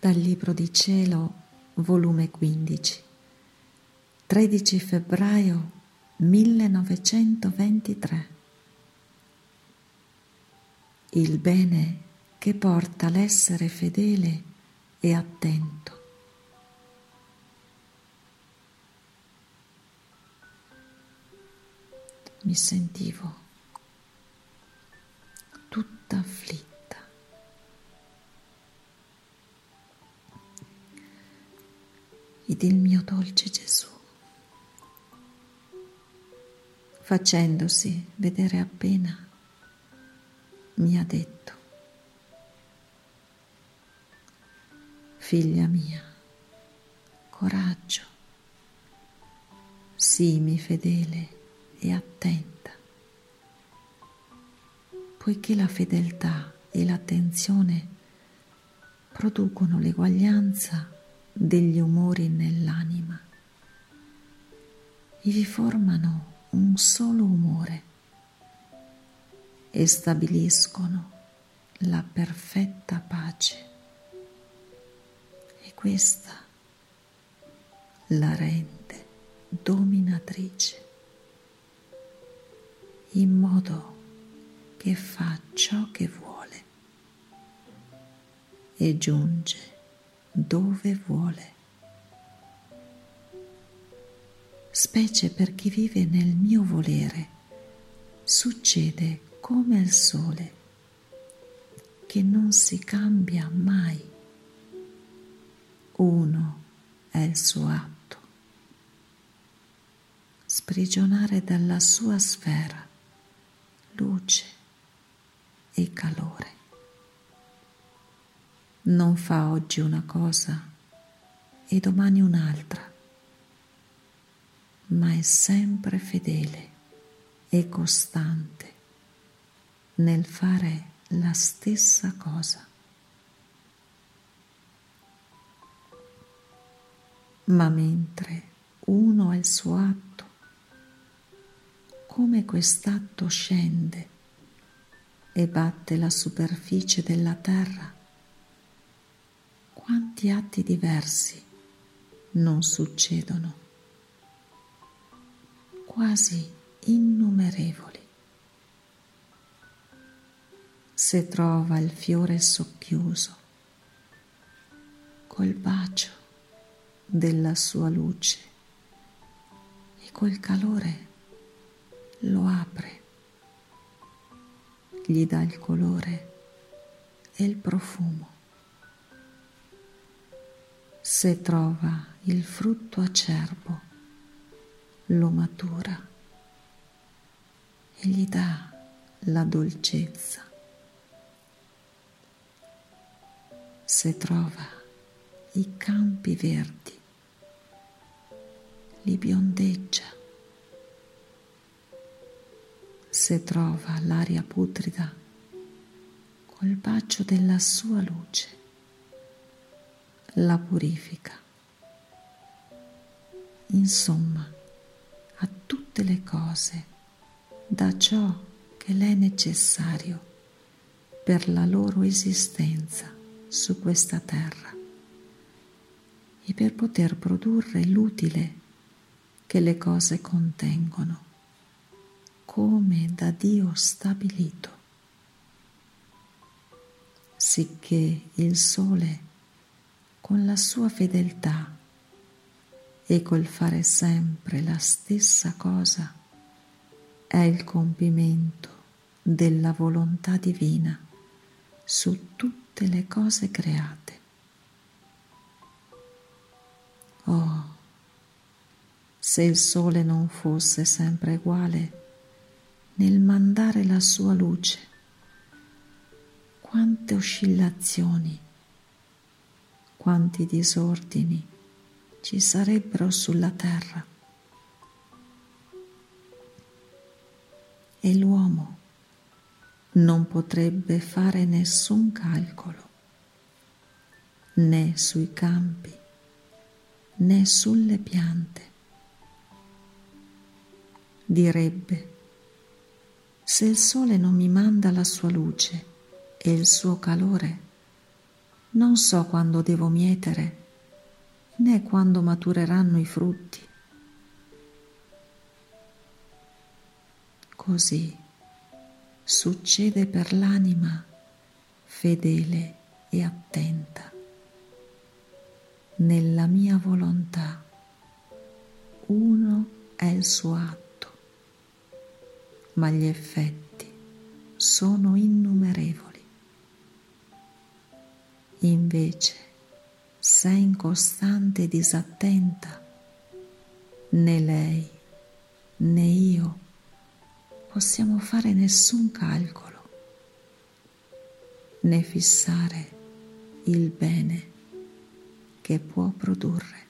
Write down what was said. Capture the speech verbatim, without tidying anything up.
Dal Libro di Cielo, volume quindici, tredici febbraio millenovecentoventitré. Il bene che porta l'essere fedele e attento. Mi sentivo tutta afflitta. Ed il mio dolce Gesù, facendosi vedere appena, mi ha detto: figlia mia, coraggio, sii fedele e attenta, poiché la fedeltà e l'attenzione producono l'eguaglianza degli umori nell'anima e vi formano un solo umore e stabiliscono la perfetta pace, e questa la rende dominatrice, in modo che fa ciò che vuole e giunge dove vuole, specie per chi vive nel mio volere. Succede come il sole, che non si cambia mai. Uno è il suo atto: sprigionare dalla sua sfera luce e calore. Non fa oggi una cosa e domani un'altra, ma è sempre fedele e costante nel fare la stessa cosa. Ma mentre uno è il suo atto, come quest'atto scende e batte la superficie della terra, quanti atti diversi non succedono, quasi innumerevoli. Se trova il fiore socchiuso, col bacio della sua luce e col calore lo apre, gli dà il colore e il profumo. Se trova il frutto acerbo, lo matura e gli dà la dolcezza. Se trova i campi verdi, li biondeggia. Se trova l'aria putrida, col bacio della sua luce la purifica. Insomma, a tutte le cose dà ciò che le è necessario per la loro esistenza su questa terra e per poter produrre l'utile che le cose contengono, come da Dio stabilito, sicché il sole, con la sua fedeltà e col fare sempre la stessa cosa, è il compimento della volontà divina su tutte le cose create. Oh, se il sole non fosse sempre uguale nel mandare la sua luce, quante oscillazioni, quanti disordini ci sarebbero sulla terra. E l'uomo non potrebbe fare nessun calcolo, né sui campi, né sulle piante. Direbbe: se il sole non mi manda la sua luce e il suo calore, Non so quando devo mietere, né quando matureranno i frutti. Così succede per l'anima fedele e attenta. Nella mia volontà uno è il suo atto, ma gli effetti sono innumerevoli. Invece, se incostante e disattenta, né lei né io possiamo fare nessun calcolo, né fissare il bene che può produrre.